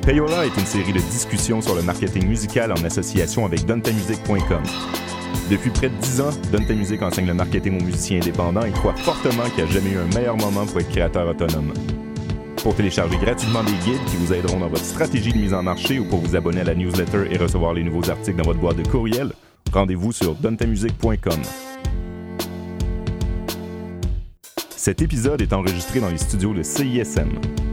Payola est une série de discussions sur le marketing musical en association avec dontamusic.com. Depuis près de 10 ans, Donta Music enseigne le marketing aux musiciens indépendants et croit fortement qu'il n'y a jamais eu un meilleur moment pour être créateur autonome. Pour télécharger gratuitement des guides qui vous aideront dans votre stratégie de mise en marché ou pour vous abonner à la newsletter et recevoir les nouveaux articles dans votre boîte de courriel, rendez-vous sur dontamusic.com. Cet épisode est enregistré dans les studios de CISM.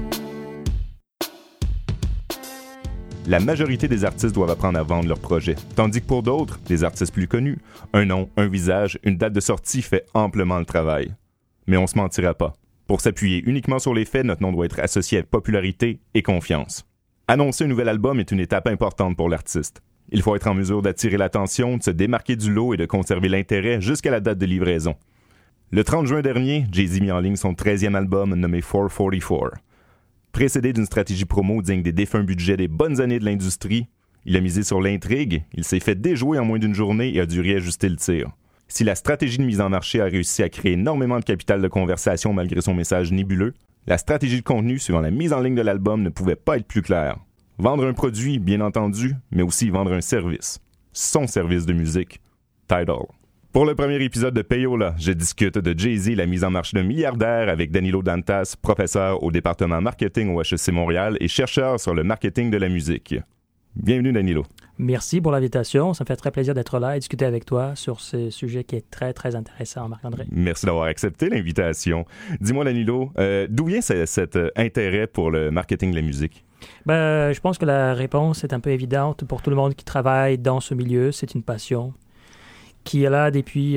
La majorité des artistes doivent apprendre à vendre leur projet, tandis que pour d'autres, des artistes plus connus, un nom, un visage, une date de sortie fait amplement le travail. Mais on se mentira pas. Pour s'appuyer uniquement sur les faits, notre nom doit être associé à popularité et confiance. Annoncer un nouvel album est une étape importante pour l'artiste. Il faut être en mesure d'attirer l'attention, de se démarquer du lot et de conserver l'intérêt jusqu'à la date de livraison. Le 30 juin dernier, Jay-Z mit en ligne son 13e album nommé 444. Précédé d'une stratégie promo digne des défunts budgets des bonnes années de l'industrie, il a misé sur l'intrigue, il s'est fait déjouer en moins d'une journée et a dû réajuster le tir. Si la stratégie de mise en marché a réussi à créer énormément de capital de conversation malgré son message nébuleux, la stratégie de contenu suivant la mise en ligne de l'album ne pouvait pas être plus claire. Vendre un produit, bien entendu, mais aussi vendre un service. Son service de musique, Tidal. Pour le premier épisode de Payola, je discute de Jay-Z, la mise en marché d'un milliardaire avec Danilo Dantas, professeur au département marketing au HEC Montréal et chercheur sur le marketing de la musique. Bienvenue Danilo. Merci pour l'invitation. Ça me fait très plaisir d'être là et discuter avec toi sur ce sujet qui est très, très intéressant, Marc-André. Merci d'avoir accepté l'invitation. Dis-moi Danilo, d'où vient cet intérêt pour le marketing de la musique? Je pense que la réponse est un peu évidente pour tout le monde qui travaille dans ce milieu. C'est une passion qui est là depuis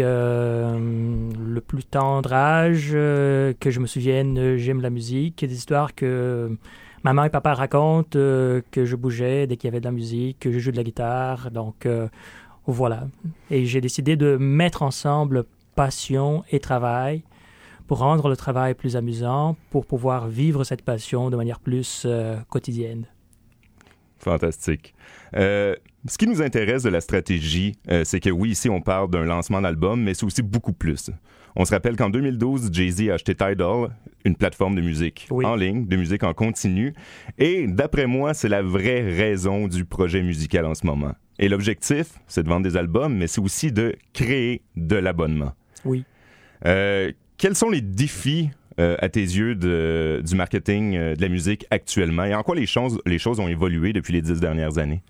le plus tendre âge que je me souvienne. J'aime la musique. Des histoires que maman et papa racontent que je bougeais dès qu'il y avait de la musique, que je joue de la guitare. Donc, voilà. Et j'ai décidé de mettre ensemble passion et travail pour rendre le travail plus amusant, pour pouvoir vivre cette passion de manière plus quotidienne. Fantastique. Ce qui nous intéresse de la stratégie, c'est que oui, ici, on parle d'un lancement d'album, mais c'est aussi beaucoup plus. On se rappelle qu'en 2012, Jay-Z a acheté Tidal, une plateforme de musique en ligne, de musique en continu. Et d'après moi, c'est la vraie raison du projet musical en ce moment. Et l'objectif, c'est de vendre des albums, mais c'est aussi de créer de l'abonnement. Oui. Quels sont les défis à tes yeux du marketing de la musique actuellement et en quoi les choses ont évolué depuis les 10 dernières années?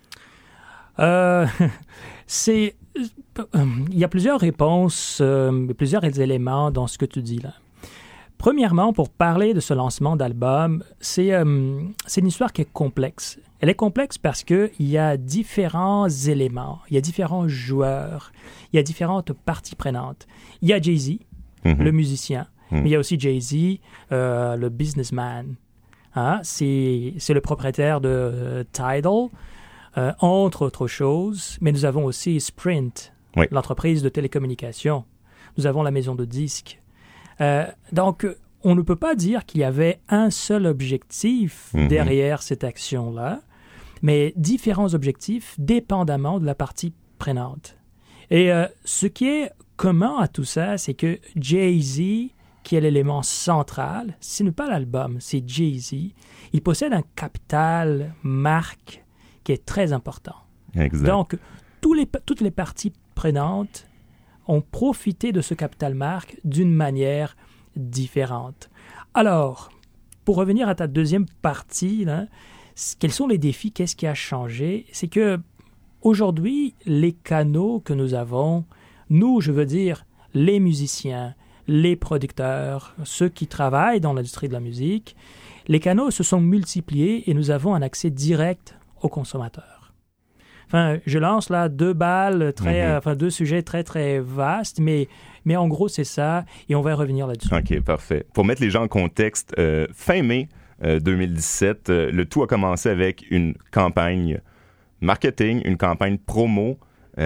Il y a plusieurs réponses, plusieurs éléments dans ce que tu dis là. Premièrement, pour parler de ce lancement d'album, c'est une histoire qui est complexe. Elle est complexe parce qu'il y a différents éléments, il y a différents joueurs, il y a différentes parties prenantes. Il y a Jay-Z, le musicien, mais il y a aussi Jay-Z, le businessman. Hein? C'est le propriétaire de Tidal, entre autres choses. Mais nous avons aussi Sprint, l'entreprise de télécommunications. Nous avons la maison de disques. Donc, on ne peut pas dire qu'il y avait un seul objectif derrière cette action-là, mais différents objectifs dépendamment de la partie prenante. Et ce qui est commun à tout ça, c'est que Jay-Z, qui est l'élément central, ce n'est pas l'album, c'est Jay-Z. Il possède un capital marque qui est très important. Exact. Donc, toutes les parties prenantes ont profité de ce capital marque d'une manière différente. Alors, pour revenir à ta deuxième partie, là, quels sont les défis? Qu'est-ce qui a changé? C'est que aujourd'hui, les canaux que nous avons, nous, je veux dire, les musiciens, les producteurs, ceux qui travaillent dans l'industrie de la musique, les canaux se sont multipliés et nous avons un accès direct aux consommateurs. Enfin, je lance là deux sujets très, très vastes, mais en gros, c'est ça, et on va revenir là-dessus. OK, parfait. Pour mettre les gens en contexte, fin mai 2017, le tout a commencé avec une campagne marketing, une campagne promo,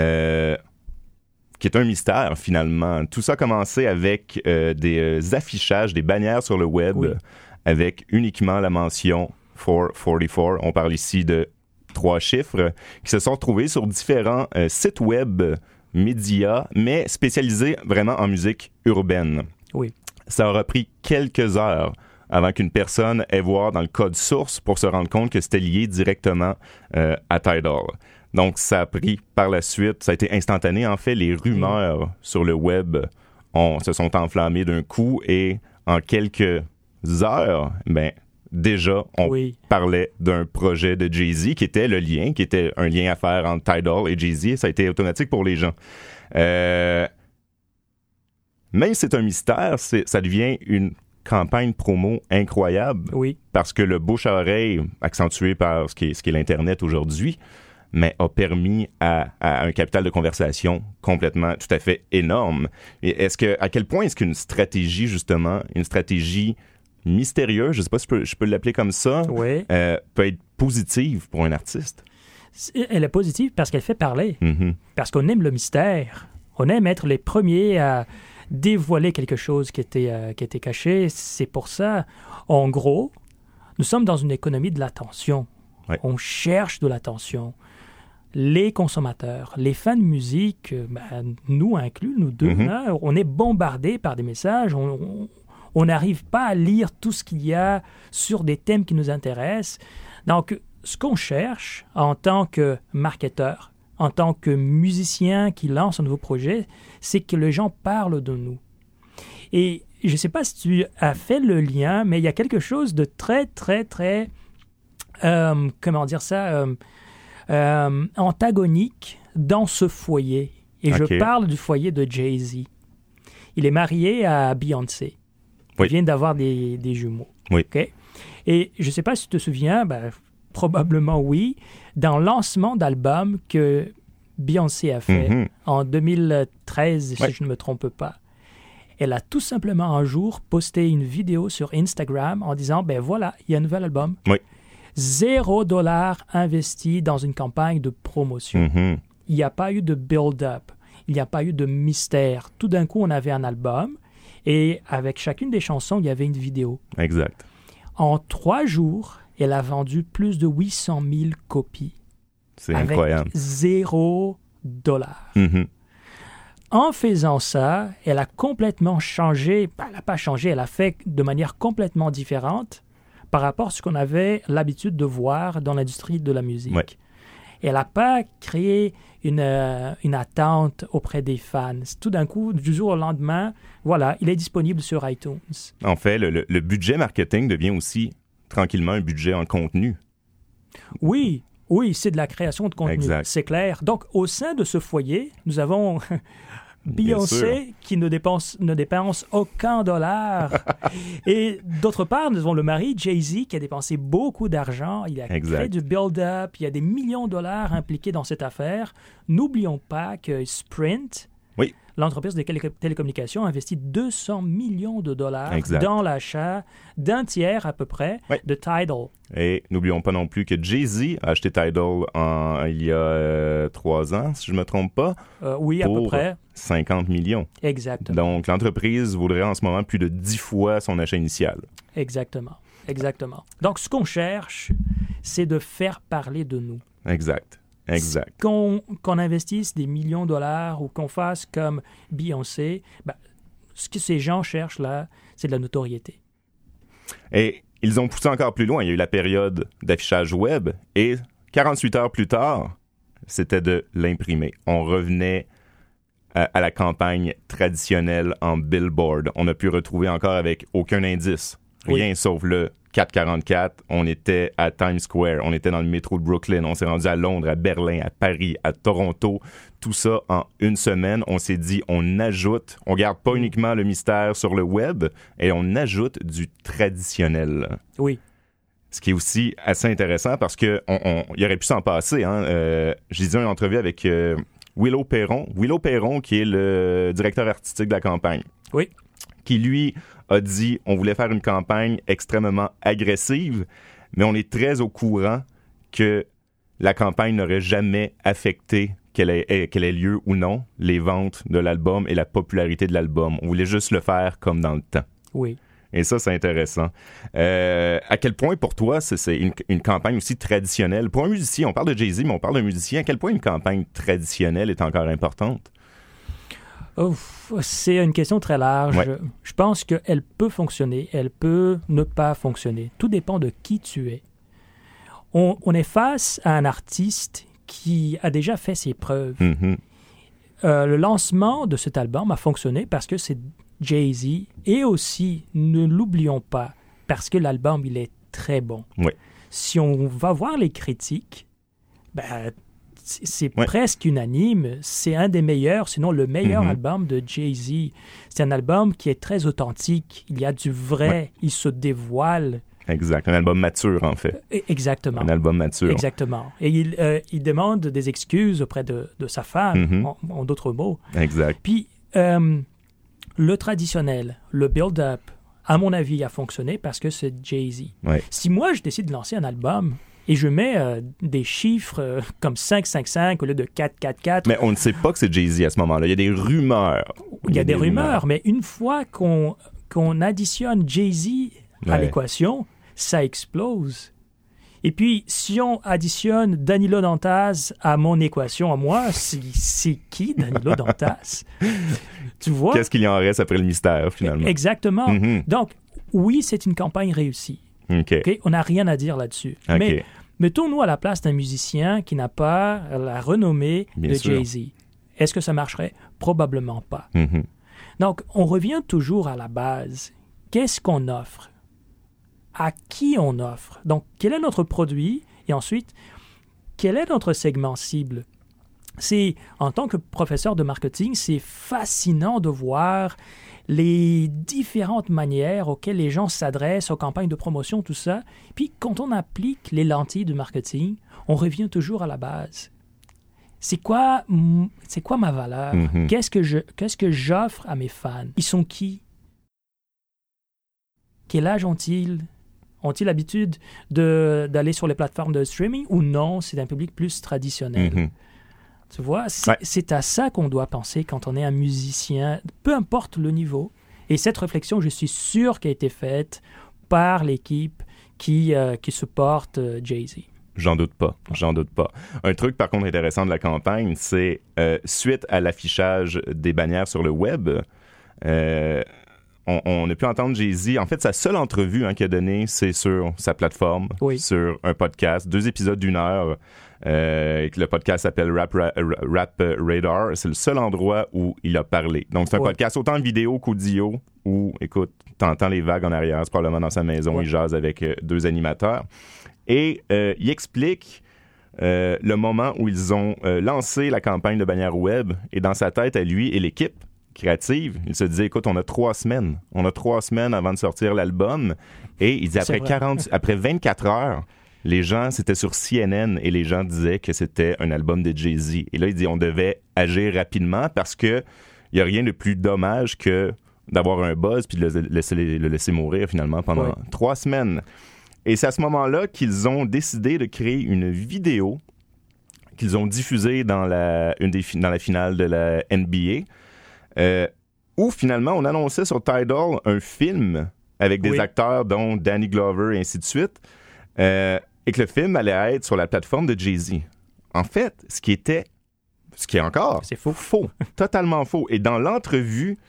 qui est un mystère, finalement. Tout ça a commencé avec des affichages, des bannières sur le web, avec uniquement la mention 444. On parle ici de 3 chiffres qui se sont retrouvés sur différents sites web, médias, mais spécialisés vraiment en musique urbaine. Oui. Ça aura pris quelques heures avant qu'une personne ait voir dans le code source pour se rendre compte que c'était lié directement à Tidal. Donc, ça a pris par la suite, ça a été instantané. En fait, les rumeurs sur le web se sont enflammées d'un coup et en quelques heures, déjà, on parlait d'un projet de Jay-Z qui était le lien, qui était un lien à faire entre Tidal et Jay-Z. Et ça a été automatique pour les gens. Même si c'est un mystère, ça devient une campagne promo incroyable. Oui. Parce que le bouche à oreille, accentué par ce qui est l'Internet aujourd'hui, mais a permis à un capital de conversation complètement, tout à fait énorme. Et à quel point est-ce qu'une stratégie, justement, une stratégie mystérieuse, je ne sais pas si je peux l'appeler comme ça, peut être positive pour un artiste? Elle est positive parce qu'elle fait parler. Mm-hmm. Parce qu'on aime le mystère. On aime être les premiers à dévoiler quelque chose qui était caché. C'est pour ça, en gros, nous sommes dans une économie de l'attention. Ouais. On cherche de l'attention. Les consommateurs, les fans de musique, nous inclus, nous deux, on est bombardés par des messages. On n'arrive pas à lire tout ce qu'il y a sur des thèmes qui nous intéressent. Donc, ce qu'on cherche en tant que marketeur, en tant que musicien qui lance un nouveau projet, c'est que les gens parlent de nous. Et je ne sais pas si tu as fait le lien, mais il y a quelque chose de très, très, très, antagonique dans ce foyer. Et je parle du foyer de Jay-Z. Il est marié à Beyoncé. Il vient d'avoir des jumeaux. Oui. Okay? Et je ne sais pas si tu te souviens, probablement oui, dans le lancement d'album que Beyoncé a fait en 2013, si je ne me trompe pas. Elle a tout simplement un jour posté une vidéo sur Instagram en disant, voilà, il y a un nouvel album. Oui. $0 investi dans une campagne de promotion. Il n'y a pas eu de build-up. Il n'y a pas eu de mystère. Tout d'un coup, on avait un album et avec chacune des chansons, il y avait une vidéo. Exact. En 3 jours, elle a vendu plus de 800 000 copies. C'est incroyable. Avec $0. En faisant ça, elle a complètement changé. Elle n'a pas changé, elle a fait de manière complètement différente par rapport à ce qu'on avait l'habitude de voir dans l'industrie de la musique. Ouais. Elle n'a pas créé une attente auprès des fans. Tout d'un coup, du jour au lendemain, voilà, il est disponible sur iTunes. En fait, le budget marketing devient aussi tranquillement un budget en contenu. Oui, c'est de la création de contenu, exact. C'est clair. Donc, au sein de ce foyer, nous avons Beyoncé qui ne dépense aucun dollar. Et d'autre part, nous avons le mari, Jay-Z, qui a dépensé beaucoup d'argent. Il a créé du build-up. Il y a des millions de dollars impliqués dans cette affaire. N'oublions pas que Sprint, l'entreprise de télécommunications, a investi $200 millions dans l'achat d'un tiers à peu près de Tidal. Et n'oublions pas non plus que Jay-Z a acheté Tidal il y a 3 ans, si je ne me trompe pas. Oui, à peu près. 50 millions. Exactement. Donc, l'entreprise vaudrait en ce moment plus de 10 fois son achat initial. Exactement. Donc, ce qu'on cherche, c'est de faire parler de nous. Exact. Qu'on investisse des millions de dollars ou qu'on fasse comme Beyoncé, ce que ces gens cherchent là, c'est de la notoriété. Et ils ont poussé encore plus loin. Il y a eu la période d'affichage web et 48 heures plus tard, c'était de l'imprimer. On revenait à la campagne traditionnelle en billboard. On n'a pu retrouver encore avec aucun indice. Rien sauf le 444. On était à Times Square. On était dans le métro de Brooklyn. On s'est rendu à Londres, à Berlin, à Paris, à Toronto. Tout ça en une semaine. On s'est dit, on garde pas uniquement le mystère sur le web et on ajoute du traditionnel. Oui. Ce qui est aussi assez intéressant parce que il aurait pu s'en passer. J'ai dit une entrevue avec Willow Perron, qui est le directeur artistique de la campagne. Oui. Qui, lui, a dit on voulait faire une campagne extrêmement agressive, mais on est très au courant que la campagne n'aurait jamais affecté qu'elle ait lieu ou non les ventes de l'album et la popularité de l'album. On voulait juste le faire comme dans le temps. Oui. Et ça, c'est intéressant. À quel point, pour toi, c'est une campagne aussi traditionnelle? Pour un musicien, on parle de Jay-Z, mais on parle d'un musicien. À quel point une campagne traditionnelle est encore importante? C'est une question très large. Ouais. Je pense qu'elle peut fonctionner, elle peut ne pas fonctionner. Tout dépend de qui tu es. On est face à un artiste qui a déjà fait ses preuves. Mm-hmm. Le lancement de cet album a fonctionné parce que c'est Jay-Z et aussi, ne l'oublions pas, parce que l'album, il est très bon. Oui. Si on va voir les critiques, ben, c'est Ouais. presque unanime. C'est un des meilleurs, sinon le meilleur Mhm. album de Jay-Z. C'est un album qui est très authentique. Il y a du vrai. Ouais. Il se dévoile. Exact. Un album mature, en fait. Exactement. Un album mature. Exactement. Et il demande des excuses auprès de sa femme, Mhm. en d'autres mots. Exact. Puis, le traditionnel, le build-up, à mon avis, a fonctionné parce que c'est Jay-Z. Ouais. Si moi, je décide de lancer un album et je mets des chiffres comme 5-5-5 au lieu de 4-4-4, Mais on ne sait pas que c'est Jay-Z à ce moment-là. Il y a des rumeurs. il y a des rumeurs, mais une fois qu'on additionne Jay-Z à Ouais. l'équation, ça explose. Et puis, si on additionne Danilo Dantas à mon équation, à moi, c'est qui Danilo Dantas? Tu vois? Qu'est-ce qu'il y en reste après le mystère, finalement? Exactement. Mhm. Donc, oui, c'est une campagne réussie. OK. OK? On n'a rien à dire là-dessus. OK. Mais mettons-nous à la place d'un musicien qui n'a pas la renommée Bien de sûr. Jay-Z. Est-ce que ça marcherait? Probablement pas. Mhm. Donc, on revient toujours à la base. Qu'est-ce qu'on offre? À qui on offre? Donc, quel est notre produit? Et ensuite, quel est notre segment cible? En tant que professeur de marketing, c'est fascinant de voir les différentes manières auxquelles les gens s'adressent aux campagnes de promotion, tout ça. Puis, quand on applique les lentilles du marketing, on revient toujours à la base. C'est quoi ma valeur? Mhm. Qu'est-ce que j'offre à mes fans? Ils sont qui? Quel âge ont-ils? Ont-ils l'habitude d'aller sur les plateformes de streaming ou non? C'est un public plus traditionnel. Mhm. Tu vois, Ouais. c'est à ça qu'on doit penser quand on est un musicien, peu importe le niveau. Et cette réflexion, je suis sûr qu'elle a été faite par l'équipe qui supporte Jay-Z. J'en doute pas. J'en doute pas. Un truc, par contre, intéressant de la campagne, c'est suite à l'affichage des bannières sur le web, on a pu entendre Jay-Z. En fait, sa seule entrevue qu'il a donnée, c'est sur sa plateforme, Oui. sur un podcast, 2 épisodes d'1 heure. Le podcast s'appelle Rap Radar. C'est le seul endroit où il a parlé. Donc, c'est un Ouais. podcast autant vidéo qu'audio où, écoute, t'entends les vagues en arrière. C'est probablement dans sa maison. Ouais. Il jase avec 2 animateurs. Et il explique le moment où ils ont lancé la campagne de bannière web. Et dans sa tête, à lui et l'équipe créative, il se disait, écoute, on a 3 semaines. On a 3 semaines avant de sortir l'album. Et il dit, C'est vrai. après 24 heures, les gens, c'était sur CNN et les gens disaient que c'était un album de Jay-Z. Et là, il dit, on devait agir rapidement parce que il n'y a rien de plus dommage que d'avoir un buzz puis de le laisser mourir finalement pendant Ouais. 3 semaines. Et c'est à ce moment-là qu'ils ont décidé de créer une vidéo qu'ils ont diffusée dans la finale de la NBA, où finalement on annonçait sur Tidal un film avec des Oui. acteurs dont Danny Glover et ainsi de suite, et que le film allait être sur la plateforme de Jay-Z. En fait, ce qui est encore C'est faux. faux, totalement faux. Et dans l'entrevue,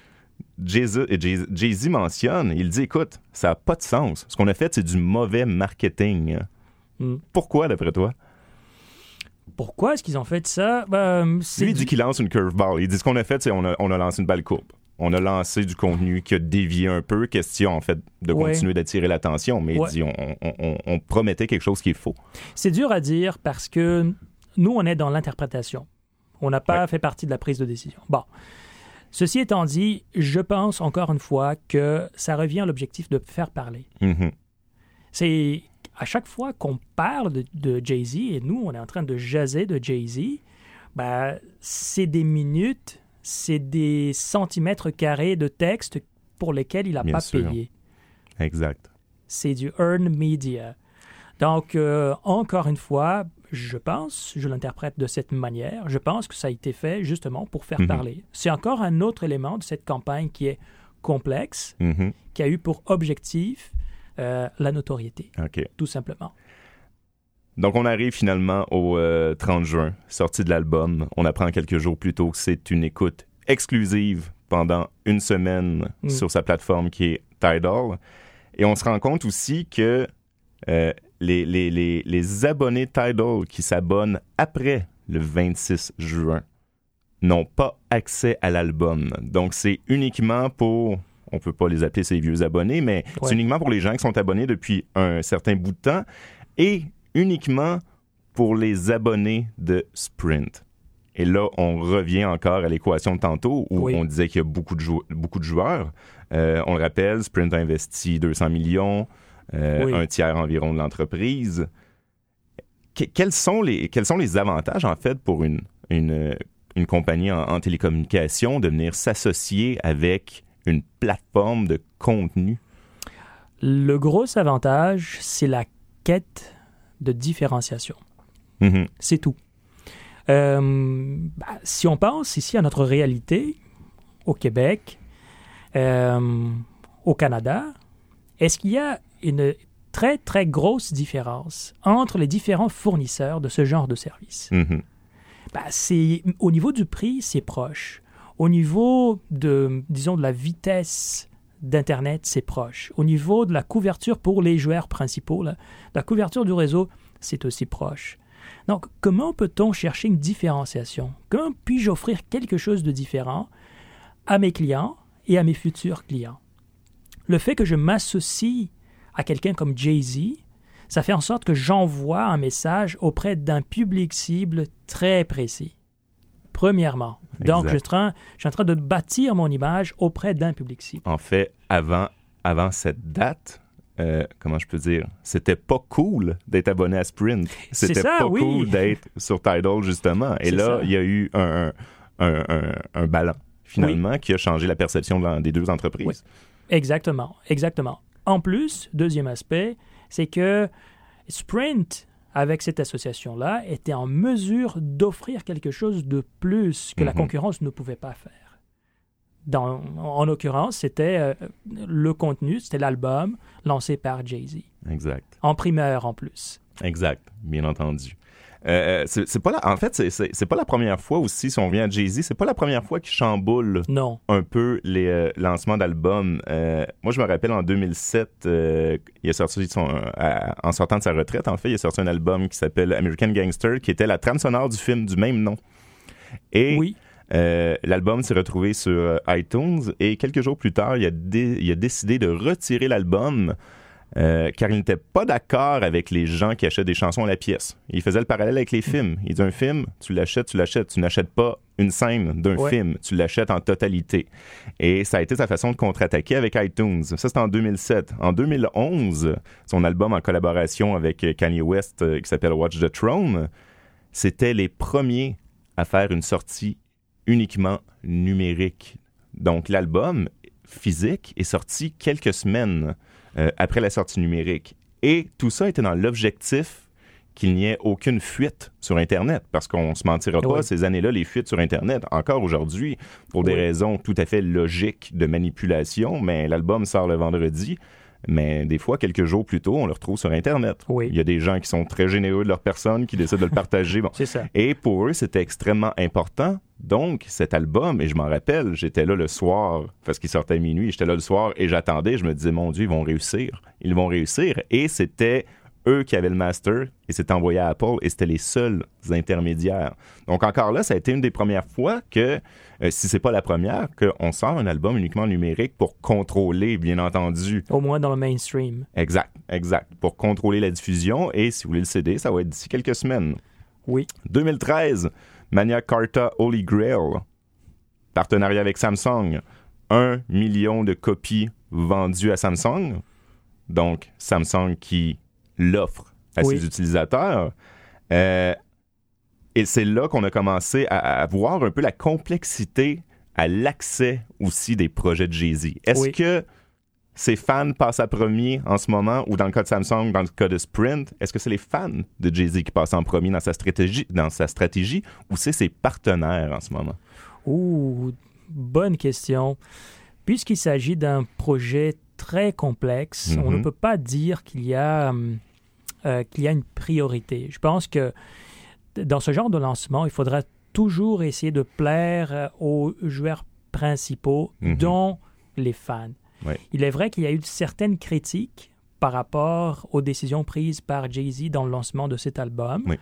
Jay-Z mentionne, il dit, écoute, ça n'a pas de sens. Ce qu'on a fait, c'est du mauvais marketing. Mm. Pourquoi, d'après toi? Pourquoi est-ce qu'ils ont fait ça? Lui, il dit qu'il lance une curveball. Il dit, ce qu'on a fait, c'est on a lancé une balle courbe. On a lancé du contenu qui a dévié un peu. Question, en fait, de Ouais. continuer d'attirer l'attention. Mais Ouais. il dit, on promettait quelque chose qui est faux. C'est dur à dire parce que nous, on est dans l'interprétation. On n'a pas Ouais. fait partie de la prise de décision. Bon. Ceci étant dit, je pense encore une fois que ça revient à l'objectif de faire parler. Mhm. C'est à chaque fois qu'on parle de Jay-Z, et nous, on est en train de jaser de Jay-Z, c'est des minutes, c'est des centimètres carrés de texte pour lesquels il n'a Bien pas sûr. payé. Exact. C'est du earned media. Donc, encore une fois, je l'interprète de cette manière, je pense que ça a été fait justement pour faire Mhm. parler. C'est encore un autre élément de cette campagne qui est complexe, Mhm. qui a eu pour objectif la notoriété, OK. tout simplement. Donc, on arrive finalement au 30 juin, sortie de l'album. On apprend quelques jours plus tôt que c'est une écoute exclusive pendant une semaine sur sa plateforme qui est Tidal. Et on se rend compte aussi que les abonnés Tidal qui s'abonnent après le 26 juin n'ont pas accès à l'album. Donc, c'est uniquement pour... On peut pas les appeler ces vieux abonnés, mais c'est uniquement pour les gens qui sont abonnés depuis un certain bout de temps et uniquement pour les abonnés de Sprint. Et là, on revient encore à l'équation de tantôt où on disait qu'il y a beaucoup de joueurs. On le rappelle, Sprint a investi 200 millions, un tiers environ de l'entreprise. Quels sont les avantages, en fait, pour une compagnie en télécommunication de venir s'associer avec une plateforme de contenu? Le gros avantage, c'est la quête de différenciation. C'est tout. Si on pense ici à notre réalité, au Québec, au Canada, est-ce qu'il y a une très, très grosse différence entre les différents fournisseurs de ce genre de service? Au niveau du prix, c'est proche. Au niveau de la vitesse d'Internet, c'est proche. Au niveau de la couverture pour les joueurs principaux, la couverture du réseau, c'est aussi proche. Donc, comment peut-on chercher une différenciation? Comment puis-je offrir quelque chose de différent à mes clients et à mes futurs clients? Le fait que je m'associe à quelqu'un comme Jay-Z, ça fait en sorte que j'envoie un message auprès d'un public cible très précis. Premièrement. Donc, je suis en train de bâtir mon image auprès d'un public cible. En fait, avant cette date, comment je peux dire, c'était pas cool d'être abonné à Sprint. C'était cool d'être sur Tidal, justement. Et là, il y a eu un ballon, finalement, qui a changé la perception des deux entreprises. Oui. Exactement. En plus, deuxième aspect, c'est que Sprint, avec cette association-là, était en mesure d'offrir quelque chose de plus que la concurrence ne pouvait pas faire. En l'occurrence, c'était le contenu, c'était l'album lancé par Jay-Z. Exact. En primeur, en plus. Exact, bien entendu. C'est pas la première fois aussi, si on vient à Jay-Z, c'est pas la première fois qu'il chamboule un peu les lancements d'albums. Moi, je me rappelle en 2007, il a sorti en sortant de sa retraite, en fait, il a sorti un album qui s'appelle American Gangster, qui était la trame sonore du film du même nom. Et l'album s'est retrouvé sur iTunes et quelques jours plus tard, il a décidé de retirer l'album car il n'était pas d'accord avec les gens qui achètent des chansons à la pièce. Il faisait le parallèle avec les films. Il dit un film, tu l'achètes. Tu n'achètes pas une scène d'un film, tu l'achètes en totalité. Et ça a été sa façon de contre-attaquer avec iTunes. Ça, c'était en 2007. En 2011, son album en collaboration avec Kanye West qui s'appelle Watch the Throne, c'était les premiers à faire une sortie uniquement numérique. Donc, l'album physique est sorti quelques semaines après la sortie numérique. Et tout ça était dans l'objectif qu'il n'y ait aucune fuite sur Internet, parce qu'on ne se mentira pas, ces années-là, les fuites sur Internet, encore aujourd'hui, pour des raisons tout à fait logiques de manipulation, mais l'album sort le vendredi, mais des fois, quelques jours plus tôt, on le retrouve sur Internet. Il y a des gens qui sont très généreux de leur personne, qui décident de le partager. C'est ça. Et pour eux, c'était extrêmement important. Donc, cet album, et je m'en rappelle, j'étais là le soir, parce qu'il sortait à minuit, j'étais là le soir et j'attendais, je me disais, mon Dieu, ils vont réussir. Ils vont réussir. Et c'était eux qui avaient le master, et c'était envoyé à Apple, et c'était les seuls intermédiaires. Donc, encore là, ça a été une des premières fois que, si c'est pas la première, qu'on sort un album uniquement numérique pour contrôler, bien entendu. Au moins dans le mainstream. Exact. Pour contrôler la diffusion, et si vous voulez le CD, ça va être d'ici quelques semaines. Oui. 2013, Magna Carta Holy Grail, partenariat avec Samsung, 1 million de copies vendues à Samsung. Donc, Samsung qui l'offre à ses utilisateurs. Et c'est là qu'on a commencé à voir un peu la complexité à l'accès aussi des projets de Jay-Z. Est-ce que ses fans passent à premier en ce moment, ou dans le cas de Samsung, dans le cas de Sprint, est-ce que c'est les fans de Jay-Z qui passent en premier dans sa stratégie, ou c'est ses partenaires en ce moment? Bonne question. Puisqu'il s'agit d'un projet très complexe, on ne peut pas dire qu'il y a une priorité. Je pense que dans ce genre de lancement, il faudra toujours essayer de plaire aux joueurs principaux, dont les fans. Ouais. Il est vrai qu'il y a eu certaines critiques par rapport aux décisions prises par Jay-Z dans le lancement de cet album. Oui.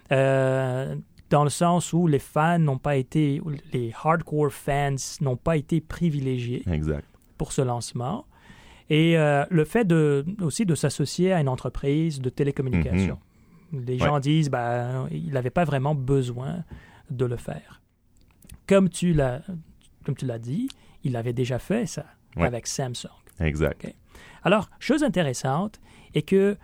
Dans le sens où les fans n'ont pas été, les hardcore fans n'ont pas été privilégiés Exact. pour ce lancement. Et le fait aussi de s'associer à une entreprise de télécommunications. Les gens disent il n'avait pas vraiment besoin de le faire. Comme tu l'as dit, il avait déjà fait ça avec Samsung. Exact. Okay? Alors, chose intéressante est que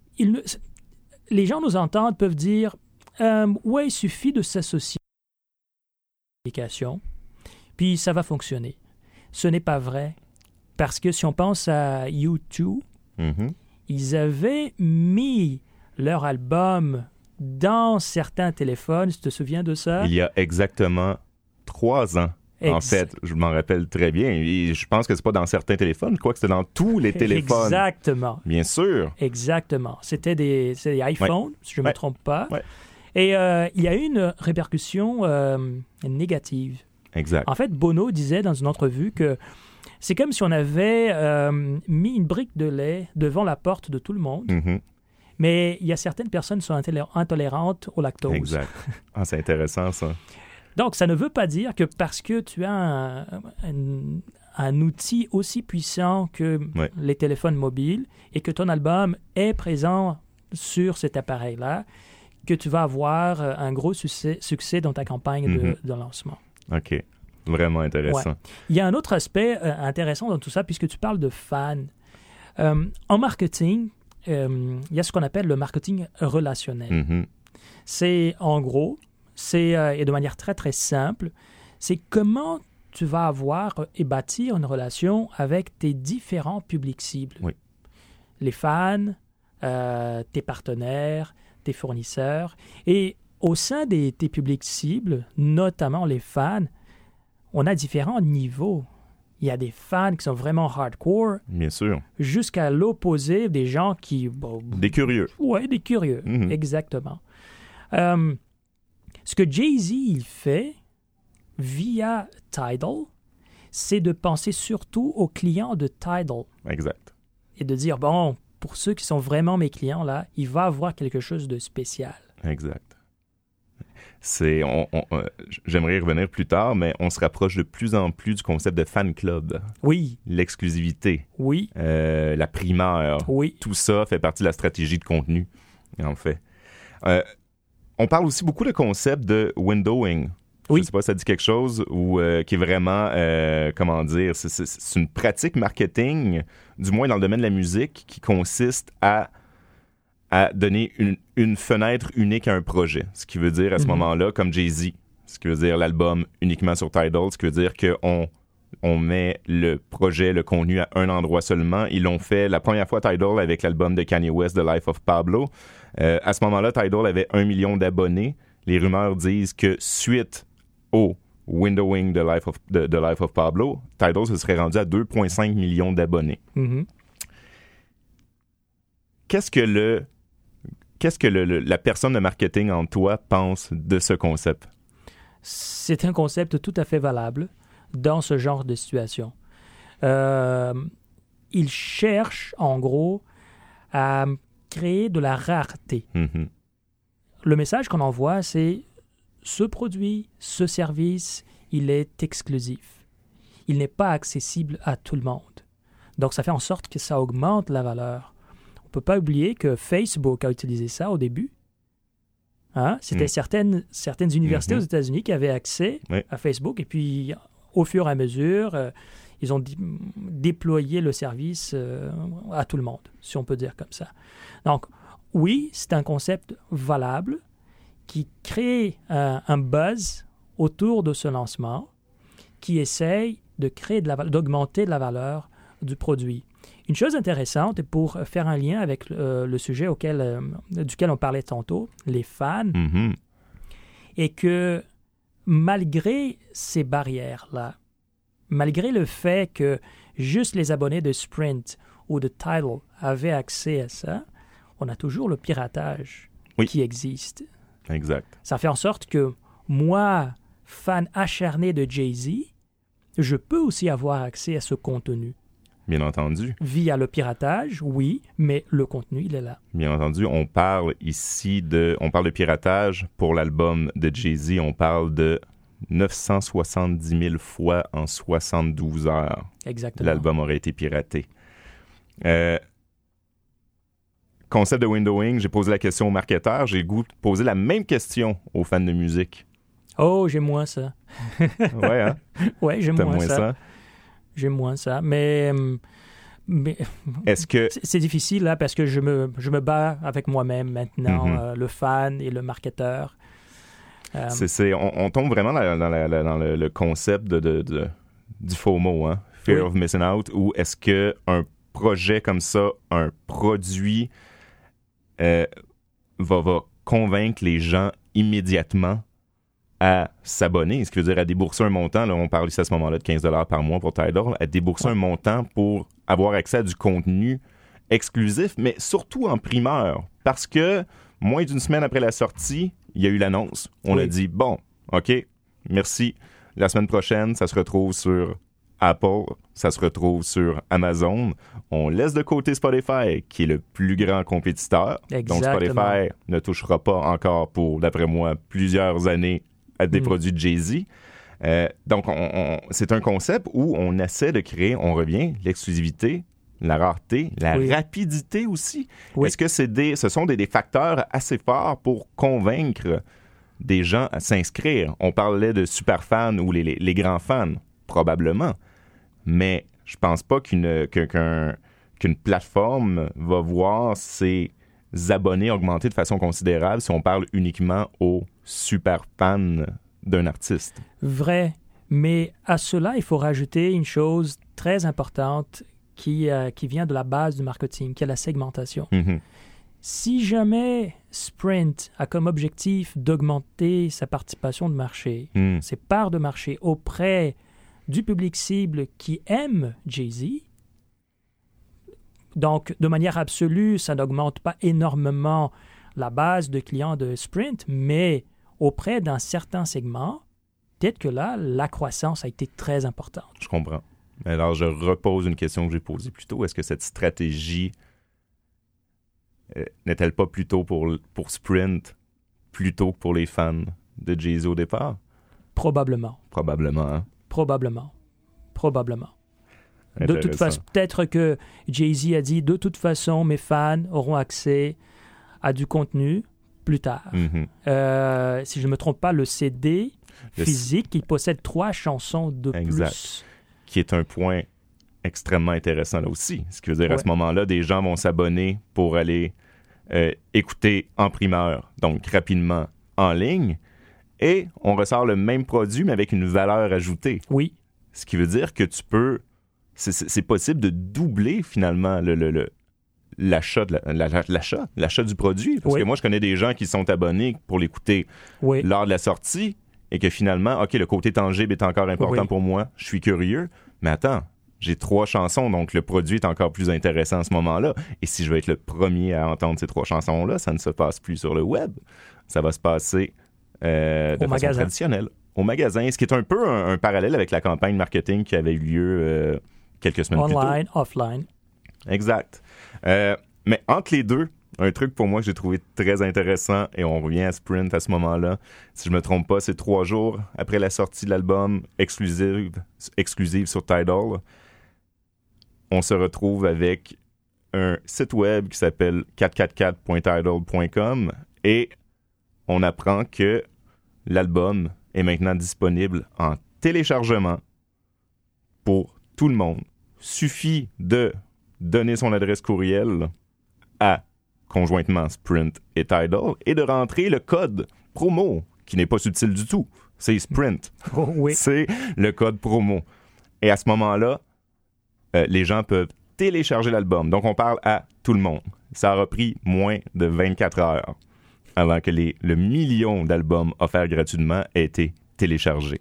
les gens nous entendent, peuvent dire il suffit de s'associer à une communication, puis ça va fonctionner. Ce n'est pas vrai. Parce que si on pense à U2, ils avaient mis leur album dans certains téléphones. Tu te souviens de ça? Il y a exactement 3 ans. En fait, je m'en rappelle très bien. Et je pense que c'est pas dans certains téléphones. Je crois que c'était dans tous les téléphones. Exactement. Bien sûr. Exactement. C'était des iPhones, si je ne me trompe pas. Ouais. Et il y a eu une répercussion négative. Exact. En fait, Bono disait dans une entrevue que c'est comme si on avait mis une brique de lait devant la porte de tout le monde. Mais il y a certaines personnes qui sont intolérantes au lactose. Exact. Ah, c'est intéressant, ça. Donc, ça ne veut pas dire que parce que tu as un outil aussi puissant que les téléphones mobiles et que ton album est présent sur cet appareil-là, que tu vas avoir un gros succès dans ta campagne de lancement. OK. Vraiment intéressant. Ouais. Il y a un autre aspect intéressant dans tout ça, puisque tu parles de fans. En marketing, il y a ce qu'on appelle le marketing relationnel. C'est, en gros, et de manière très, très simple, c'est comment tu vas avoir et bâtir une relation avec tes différents publics cibles. Oui. Les fans, tes partenaires, tes fournisseurs. Et au sein tes publics cibles, notamment les fans, on a différents niveaux. Il y a des fans qui sont vraiment hardcore. Bien sûr. Jusqu'à l'opposé des gens qui... des curieux. Oui, des curieux. Exactement. Ce que Jay-Z il fait via Tidal, c'est de penser surtout aux clients de Tidal. Exact. Et de dire, pour ceux qui sont vraiment mes clients, là, il va avoir quelque chose de spécial. Exact. J'aimerais y revenir plus tard, mais on se rapproche de plus en plus du concept de fan club. Oui. L'exclusivité. Oui. La primeur. Oui. Tout ça fait partie de la stratégie de contenu, en fait. On parle aussi beaucoup du concept de windowing. Oui. Je ne sais pas si ça dit quelque chose ou qui est vraiment, c'est une pratique marketing, du moins dans le domaine de la musique, qui consiste à donner une fenêtre unique à un projet. Ce qui veut dire à ce moment-là, comme Jay-Z, ce qui veut dire l'album uniquement sur Tidal, ce qui veut dire qu'on met le projet, le contenu à un endroit seulement. Ils l'ont fait la première fois Tidal avec l'album de Kanye West, The Life of Pablo. À ce moment-là, Tidal avait 1 million d'abonnés. Les rumeurs disent que suite au windowing de Life of Pablo, Tidal se serait rendu à 2,5 millions d'abonnés. Qu'est-ce que la personne de marketing en toi pense de ce concept? C'est un concept tout à fait valable dans ce genre de situation. Il cherche, en gros, à créer de la rareté. Le message qu'on envoie, c'est ce produit, ce service, il est exclusif. Il n'est pas accessible à tout le monde. Donc, ça fait en sorte que ça augmente la valeur. On ne peut pas oublier que Facebook a utilisé ça au début. C'était certaines universités aux États-Unis qui avaient accès à Facebook et puis, au fur et à mesure, ils ont déployé le service à tout le monde, si on peut dire comme ça. Donc, oui, c'est un concept valable qui crée un buzz autour de ce lancement, qui essaye de créer d'augmenter la valeur du produit. Une chose intéressante, et pour faire un lien avec le sujet duquel on parlait tantôt, les fans, est que malgré ces barrières-là, malgré le fait que juste les abonnés de Sprint ou de Tidal avaient accès à ça, on a toujours le piratage qui existe. Exact. Ça fait en sorte que moi, fan acharné de Jay-Z, je peux aussi avoir accès à ce contenu. Bien entendu. Via le piratage, oui, mais le contenu, il est là. Bien entendu, on parle ici on parle de piratage pour l'album de Jay-Z, on parle de 970 000 fois en 72 heures. Exactement. L'album aurait été piraté. Concept de windowing, j'ai posé la question aux marketeurs, j'ai le goût de poser la même question aux fans de musique. Oh, j'aime moins ça. Ouais, hein? Ouais, j'aime T'aimes moins moins ça? J'aime moins ça, mais est-ce que... c'est difficile là parce que je me bats avec moi-même maintenant, le fan et le marketeur. On tombe vraiment dans le concept du FOMO, hein? Fear of Missing Out, ou est-ce qu'un projet comme ça, un produit, va convaincre les gens immédiatement à s'abonner, ce qui veut dire à débourser un montant, là, on parle ici à ce moment-là de 15 $ par mois pour Tidal, à débourser un montant pour avoir accès à du contenu exclusif, mais surtout en primeur, parce que moins d'une semaine après la sortie, il y a eu l'annonce. On a dit, bon, OK, merci. La semaine prochaine, ça se retrouve sur Apple, ça se retrouve sur Amazon. On laisse de côté Spotify, qui est le plus grand compétiteur. Exactement. Donc Spotify ne touchera pas encore pour, d'après moi, plusieurs années à des produits de Jay-Z. Donc, c'est un concept où on essaie de créer, on revient, l'exclusivité, la rareté, la rapidité aussi. Oui. Est-ce que ce sont des facteurs assez forts pour convaincre des gens à s'inscrire? On parlait de super fans ou les grands fans, probablement. Mais je pense pas qu'une plateforme va voir ses abonnés augmenter de façon considérable si on parle uniquement aux super fans d'un artiste. Vrai, mais à cela, il faut rajouter une chose très importante qui vient de la base du marketing, qui est la segmentation. Mm-hmm. Si jamais Sprint a comme objectif d'augmenter sa participation de marché, ses parts de marché auprès du public cible qui aime Jay-Z, donc de manière absolue, ça n'augmente pas énormément la base de clients de Sprint, mais auprès d'un certain segment, peut-être que là, la croissance a été très importante. Je comprends. Alors, je repose une question que j'ai posée plus tôt. Est-ce que cette stratégie n'est-elle pas plutôt pour Sprint plutôt que pour les fans de Jay-Z au départ? Probablement. Probablement, hein? Probablement. De toute façon, peut-être que Jay-Z a dit, de toute façon, mes fans auront accès à du contenu plus tard. Mm-hmm. Si je ne me trompe pas, le CD physique, il possède 3 chansons de plus. Qui est un point extrêmement intéressant là aussi. Ce qui veut dire à ce moment-là, des gens vont s'abonner pour aller écouter en primeur, donc rapidement en ligne, et on ressort le même produit, mais avec une valeur ajoutée. Oui. Ce qui veut dire que tu peux... C'est possible de doubler finalement l'achat du produit. Parce que moi, je connais des gens qui sont abonnés pour l'écouter lors de la sortie et que finalement, OK, le côté tangible est encore important pour moi. Je suis curieux. Mais attends, j'ai 3 chansons, donc le produit est encore plus intéressant à ce moment-là. Et si je veux être le premier à entendre ces 3 chansons-là, ça ne se passe plus sur le web. Ça va se passer de façon traditionnelle. Au magasin, ce qui est un peu un parallèle avec la campagne marketing qui avait eu lieu quelques semaines plus tôt. Online, offline. Exact. Mais entre les deux, un truc pour moi que j'ai trouvé très intéressant, et on revient à Sprint à ce moment-là, si je me trompe pas, c'est 3 jours après la sortie de l'album exclusive sur Tidal. On se retrouve avec un site web qui s'appelle 444.tidal.com et on apprend que l'album est maintenant disponible en téléchargement pour tout le monde. Suffit de donner son adresse courriel à conjointement Sprint et Tidal et de rentrer le code promo, qui n'est pas subtil du tout. C'est Sprint. Oh, oui. C'est le code promo. Et à ce moment-là, les gens peuvent télécharger l'album. Donc, on parle à tout le monde. Ça aura pris moins de 24 heures avant que le million d'albums offerts gratuitement aient été téléchargés.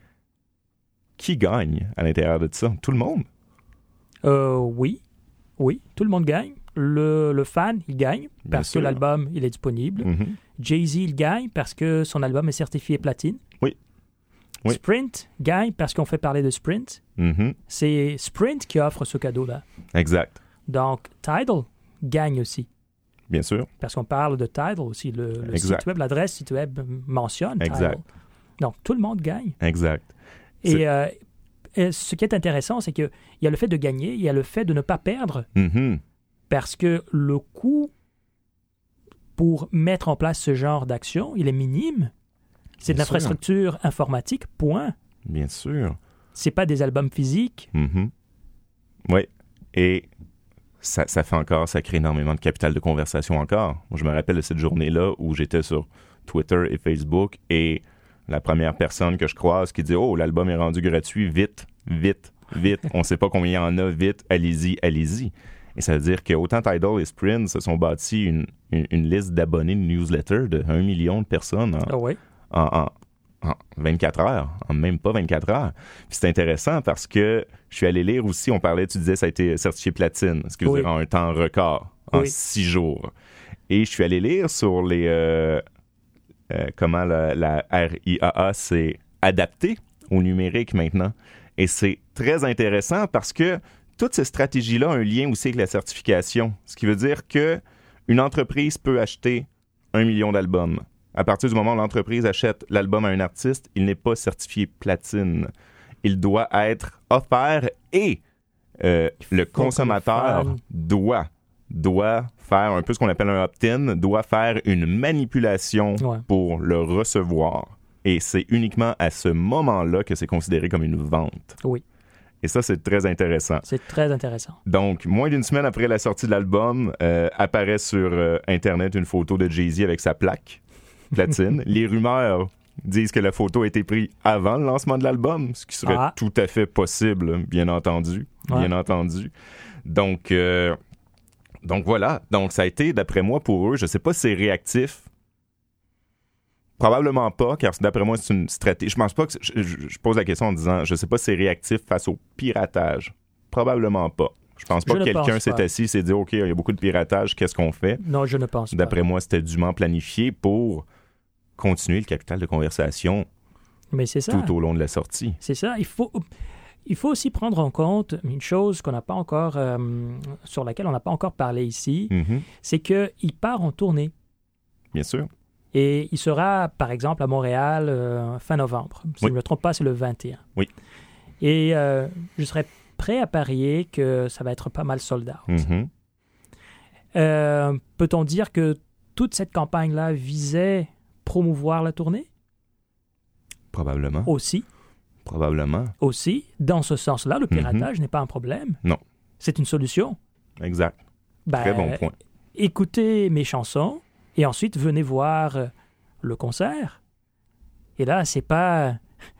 Qui gagne à l'intérieur de ça? Tout le monde? Oui, tout le monde gagne. Le fan, il gagne Bien parce sûr. que l'album, il est disponible. Mhm. Jay-Z, il gagne parce que son album est certifié platine. Oui. Oui. Sprint gagne parce qu'on fait parler de Sprint. Mhm. C'est Sprint qui offre ce cadeau-là. Exact. Donc, Tidal gagne aussi. Bien sûr. Parce qu'on parle de Tidal aussi. Le Exact. site web, l'adresse site web mentionne Tidal. Exact. Donc, tout le monde gagne. Exact. Et ce qui est intéressant, c'est qu'il y a le fait de gagner, il y a le fait de ne pas perdre, Mhm. parce que le coût pour mettre en place ce genre d'action, il est minime. C'est de Bien sûr. l'infrastructure informatique, point. Bien sûr. C'est pas des albums physiques. Mhm. Oui. Et ça crée énormément de capital de conversation encore. Moi, je me rappelle de cette journée-là où j'étais sur Twitter et Facebook et la première personne que je croise qui dit « Oh, l'album est rendu gratuit, vite, vite, vite. On ne sait pas combien il y en a, vite, allez-y, allez-y. » Et ça veut dire qu'autant Tidal et Sprint se sont bâtis une liste d'abonnés de newsletter de 1 million de personnes Ah oui. en 24 heures, en même pas 24 heures. Puis c'est intéressant parce que je suis allé lire aussi, tu disais ça a été certifié platine, ce qui veut Oui. dire en un temps record, en Oui. 6 jours. Et je suis allé lire sur comment la RIAA s'est adaptée au numérique maintenant. Et c'est très intéressant parce que toute cette stratégie-là a un lien aussi avec la certification, ce qui veut dire que une entreprise peut acheter 1 million d'albums. À partir du moment où l'entreprise achète l'album à un artiste, il n'est pas certifié platine. Il doit être offert et le consommateur doit faire un peu ce qu'on appelle un opt-in, doit faire une manipulation pour le recevoir. Et c'est uniquement à ce moment-là que c'est considéré comme une vente. Oui. Et ça, c'est très intéressant. C'est très intéressant. Donc, moins d'une semaine après la sortie de l'album, apparaît sur Internet une photo de Jay-Z avec sa plaque platine. Les rumeurs disent que la photo a été prise avant le lancement de l'album, ce qui serait tout à fait possible, bien entendu. Bien entendu. Donc voilà. Donc, ça a été, d'après moi, pour eux, je ne sais pas si c'est réactif. Probablement pas, car d'après moi, c'est une stratégie. Je pense pas que je pose la question en disant, je sais pas si c'est réactif face au piratage. Probablement pas. Je pense pas que quelqu'un s'est assis et s'est dit, OK, il y a beaucoup de piratage, qu'est-ce qu'on fait? Non, je ne pense pas. D'après moi, c'était dûment planifié pour continuer le capital de conversation. Mais c'est ça. Tout au long de la sortie. C'est ça. Il faut aussi prendre en compte une chose qu'on n'a pas encore, sur laquelle on n'a pas encore parlé ici, c'est qu'il part en tournée. Bien sûr. Et il sera, par exemple, à Montréal fin novembre. Si je ne me trompe pas, c'est le 21. Oui. Et je serais prêt à parier que ça va être pas mal sold out. Peut-on dire que toute cette campagne-là visait promouvoir la tournée? Probablement. Aussi. Probablement. Aussi. Dans ce sens-là, le piratage n'est pas un problème. Non. C'est une solution. Exact. Très bon point. Écoutez mes chansons et ensuite venez voir le concert. Et là, c'est pas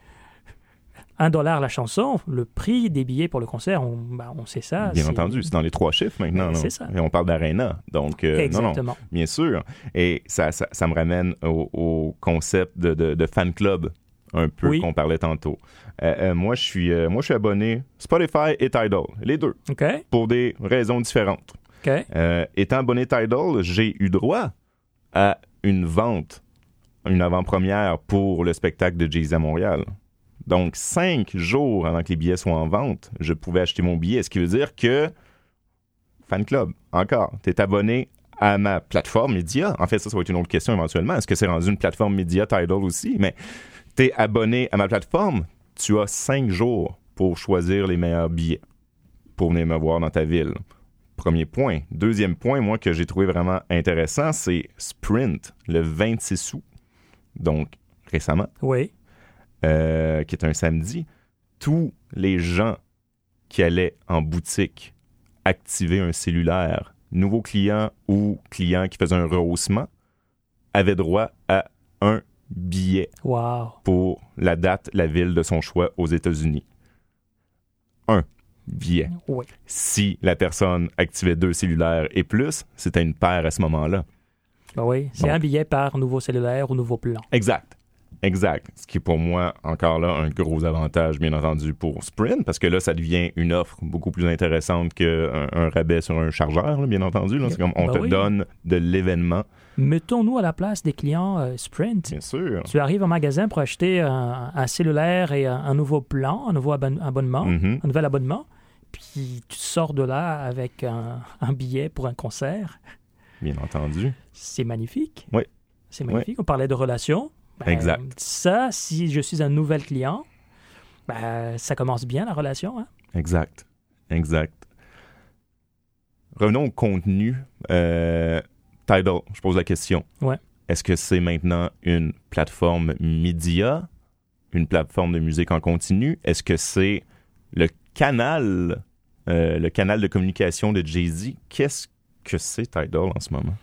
$1 la chanson. Le prix des billets pour le concert, on sait ça. Bien entendu, c'est dans les 3 chiffres maintenant. C'est ça. Et on parle d'Arena. Donc, exactement. Non, bien sûr. Et ça me ramène au concept de fan club, un peu qu'on parlait tantôt. Moi, je suis abonné Spotify et Tidal, les deux, pour des raisons différentes. Étant abonné Tidal, j'ai eu droit à une vente, une avant-première pour le spectacle de Jay-Z à Montréal. Donc, 5 jours avant que les billets soient en vente, je pouvais acheter mon billet. Ce qui veut dire que, fan club, encore, tu es abonné à ma plateforme média. En fait, ça va être une autre question éventuellement. Est-ce que c'est rendu une plateforme média Tidal aussi? Mais tu es abonné à ma plateforme, tu as 5 jours pour choisir les meilleurs billets pour venir me voir dans ta ville. Premier point. Deuxième point, moi, que j'ai trouvé vraiment intéressant, c'est Sprint, le 26 août. Donc, récemment. Oui. Qui est un samedi. Tous les gens qui allaient en boutique activer un cellulaire, nouveaux clients ou clients qui faisaient un rehaussement, avaient droit à un billet pour la date, la ville de son choix aux États-Unis. Un billet. Oui. Si la personne activait 2 cellulaires et plus, c'était une paire à ce moment-là. Oui, c'est un billet par nouveau cellulaire ou nouveau plan. Exact. Exact. Ce qui est pour moi, encore là, un gros avantage, bien entendu, pour Sprint, parce que là, ça devient une offre beaucoup plus intéressante qu'un rabais sur un chargeur, là, bien entendu. Là. C'est comme on te donne de l'événement. Mettons-nous à la place des clients Sprint. Bien sûr. Tu arrives au magasin pour acheter un cellulaire et un nouveau plan, un nouveau abonnement, un nouvel abonnement, puis tu sors de là avec un billet pour un concert. Bien entendu. C'est magnifique. Oui. C'est magnifique. Oui. On parlait de relations. Exact. Ça, si je suis un nouvel client, ça commence bien la relation. Hein? Exact. Revenons au contenu. Tidal, je pose la question. Ouais. Est-ce que c'est maintenant une plateforme média, une plateforme de musique en continu? Est-ce que c'est le canal de communication de Jay-Z? Qu'est-ce que c'est Tidal en ce moment?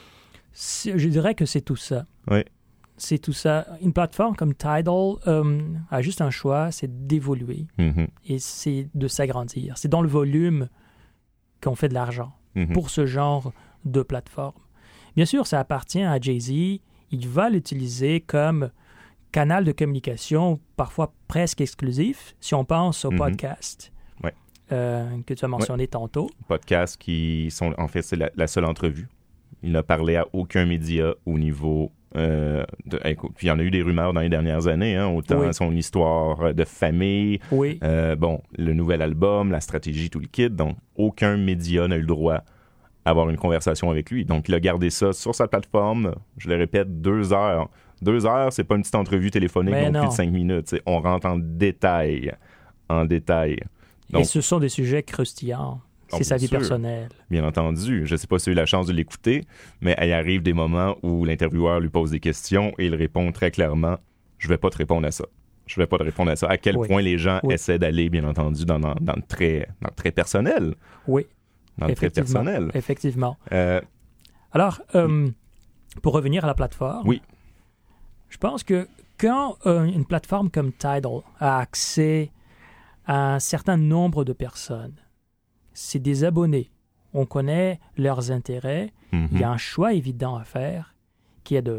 Je dirais que c'est tout ça. Oui. C'est tout ça. Une plateforme comme Tidal a juste un choix, c'est d'évoluer et c'est de s'agrandir. C'est dans le volume qu'on fait de l'argent pour ce genre de plateforme. Bien sûr, ça appartient à Jay-Z. Il va l'utiliser comme canal de communication, parfois presque exclusif, si on pense aux podcasts que tu as mentionné tantôt. Podcasts qui sont, en fait, c'est la seule entrevue. Il n'a parlé à aucun média au niveau... écoute, puis il y en a eu des rumeurs dans les dernières années, autant son histoire de famille, le nouvel album, la stratégie, tout le kit. Donc, aucun média n'a eu le droit d'avoir une conversation avec lui. Donc, il a gardé ça sur sa plateforme. Je le répète, 2 heures. 2 heures, c'est pas une petite entrevue téléphonique non plus de 5 minutes. On rentre en détail. Donc, et ce sont des sujets croustillants. C'est sa vie personnelle. Bien entendu. Je ne sais pas si tu as eu la chance de l'écouter, mais il arrive des moments où l'intervieweur lui pose des questions et il répond très clairement « Je ne vais pas te répondre à ça. Je ne vais pas te répondre à ça. » À quel point les gens essaient d'aller, bien entendu, dans le très personnel. Oui. Dans le très personnel. Effectivement. Alors, pour revenir à la plateforme, je pense que quand une plateforme comme Tidal a accès à un certain nombre de personnes, c'est des abonnés. On connaît leurs intérêts. Il y a un choix évident à faire qui est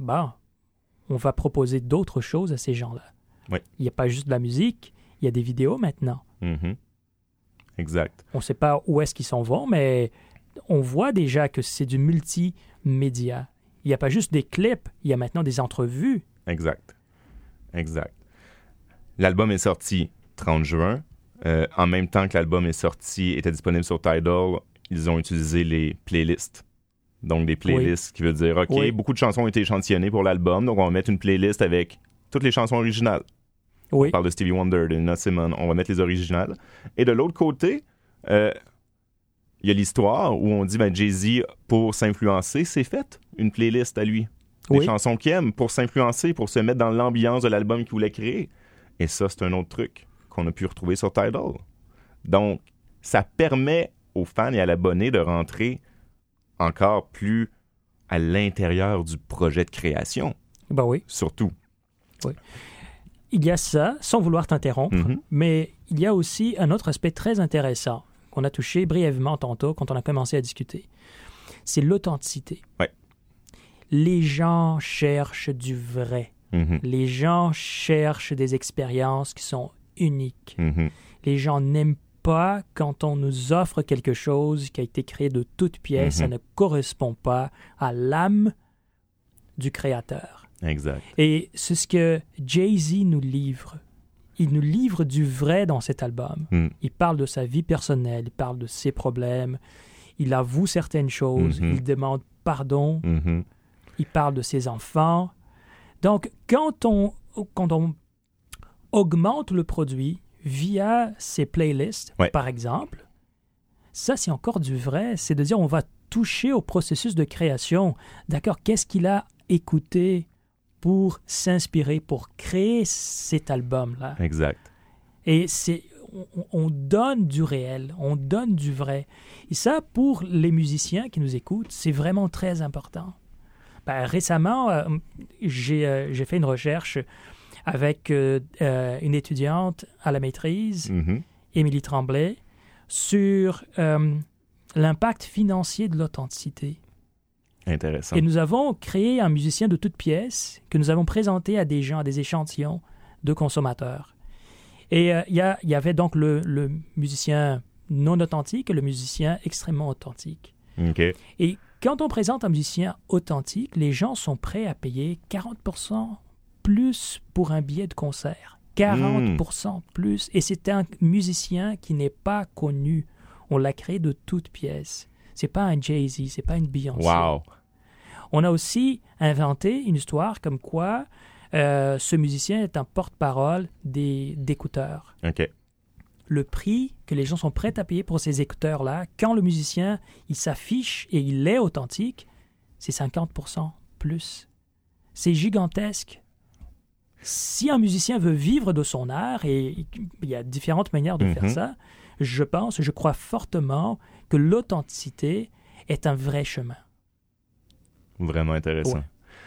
on va proposer d'autres choses à ces gens-là. Oui. Il n'y a pas juste de la musique, il y a des vidéos maintenant. Exact. On ne sait pas où est-ce qu'ils s'en vont, mais on voit déjà que c'est du multimédia. Il n'y a pas juste des clips, il y a maintenant des entrevues. Exact. L'album est sorti 30 juin. En même temps que l'album est sorti, était disponible sur Tidal, ils ont utilisé les playlists. Donc, des playlists qui veut dire, OK, beaucoup de chansons ont été échantillonnées pour l'album, donc on va mettre une playlist avec toutes les chansons originales. On parle de Stevie Wonder, de Nina Simone, on va mettre les originales. Et de l'autre côté, il y a l'histoire où on dit, Jay-Z, pour s'influencer, s'est fait une playlist à lui. Des chansons qu'il aime pour s'influencer, pour se mettre dans l'ambiance de l'album qu'il voulait créer. Et ça, c'est un autre truc qu'on a pu retrouver sur Tidal. Donc, ça permet aux fans et à l'abonné de rentrer encore plus à l'intérieur du projet de création. Surtout. Oui. Il y a ça, sans vouloir t'interrompre, mais il y a aussi un autre aspect très intéressant qu'on a touché brièvement tantôt quand on a commencé à discuter. C'est l'authenticité. Les gens cherchent du vrai. Les gens cherchent des expériences qui sont unique. Les gens n'aiment pas quand on nous offre quelque chose qui a été créé de toutes pièces. Ça ne correspond pas à l'âme du créateur. Exact. Et c'est ce que Jay-Z nous livre. Il nous livre du vrai dans cet album. Il parle de sa vie personnelle, il parle de ses problèmes, il avoue certaines choses, il demande pardon, il parle de ses enfants. Donc, quand on augmente le produit via ses playlists, par exemple, ça, c'est encore du vrai. C'est de dire, on va toucher au processus de création. D'accord, qu'est-ce qu'il a écouté pour s'inspirer, pour créer cet album-là? Exact. Et on donne du réel, on donne du vrai. Et ça, pour les musiciens qui nous écoutent, c'est vraiment très important. Récemment, j'ai fait une recherche avec une étudiante à la maîtrise, Émilie Tremblay, sur l'impact financier de l'authenticité. Intéressant. Et nous avons créé un musicien de toutes pièces que nous avons présenté à des gens, à des échantillons de consommateurs. Et il y avait donc le musicien non authentique et le musicien extrêmement authentique. OK. Et quand on présente un musicien authentique, les gens sont prêts à payer 40% plus pour un billet de concert. 40% plus. Et c'est un musicien qui n'est pas connu. On l'a créé de toutes pièces. C'est pas un Jay-Z, c'est pas une Beyoncé. Wow. On a aussi inventé une histoire comme quoi ce musicien est un porte-parole d'écouteurs. OK. Le prix que les gens sont prêts à payer pour ces écouteurs-là, quand le musicien il s'affiche et il est authentique, c'est 50% plus. C'est gigantesque. Si un musicien veut vivre de son art, et il y a différentes manières de faire ça, je crois fortement que l'authenticité est un vrai chemin. Vraiment intéressant. Ouais.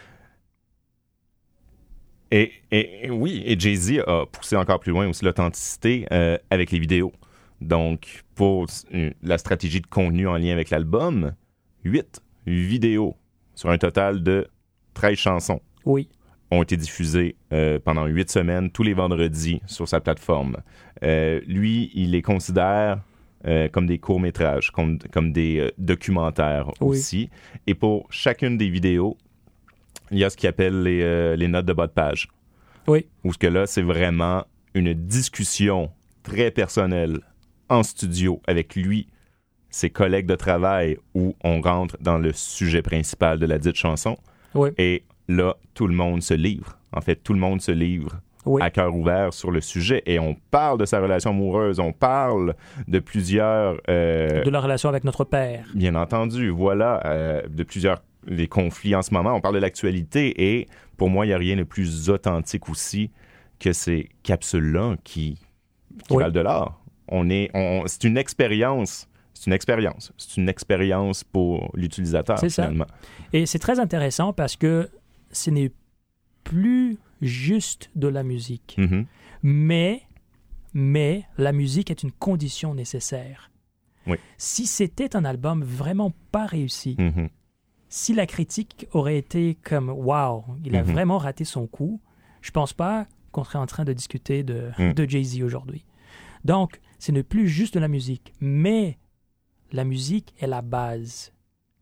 Et oui, et Jay-Z a poussé encore plus loin aussi l'authenticité avec les vidéos. Donc, pour la stratégie de contenu en lien avec l'album, 8 vidéos sur un total de 13 chansons Oui. ont été diffusées pendant 8 semaines, tous les vendredis, sur sa plateforme. Lui, il les considère comme des courts-métrages, comme des documentaires aussi. Et pour chacune des vidéos, il y a ce qu'il appelle les notes de bas de page. Oui. Où ce que là, c'est vraiment une discussion très personnelle en studio avec lui, ses collègues de travail, où on rentre dans le sujet principal de la dite chanson. Oui. Et là, tout le monde se livre. En fait, tout le monde se livre à cœur ouvert sur le sujet. Et on parle de sa relation amoureuse, on parle de plusieurs... de la relation avec notre père. Bien entendu, voilà, de plusieurs des conflits en ce moment. On parle de l'actualité et pour moi, il n'y a rien de plus authentique aussi que ces capsules-là qui valent de l'or. C'est une expérience. C'est une expérience. C'est une expérience pour l'utilisateur, finalement. Ça. Et c'est très intéressant parce que ce n'est plus juste de la musique. Mais la musique est une condition nécessaire. Oui. Si c'était un album vraiment pas réussi, si la critique aurait été comme « Wow, il a vraiment raté son coup », je pense pas qu'on serait en train de discuter de Jay-Z aujourd'hui. Donc, ce n'est plus juste de la musique, mais la musique est la base.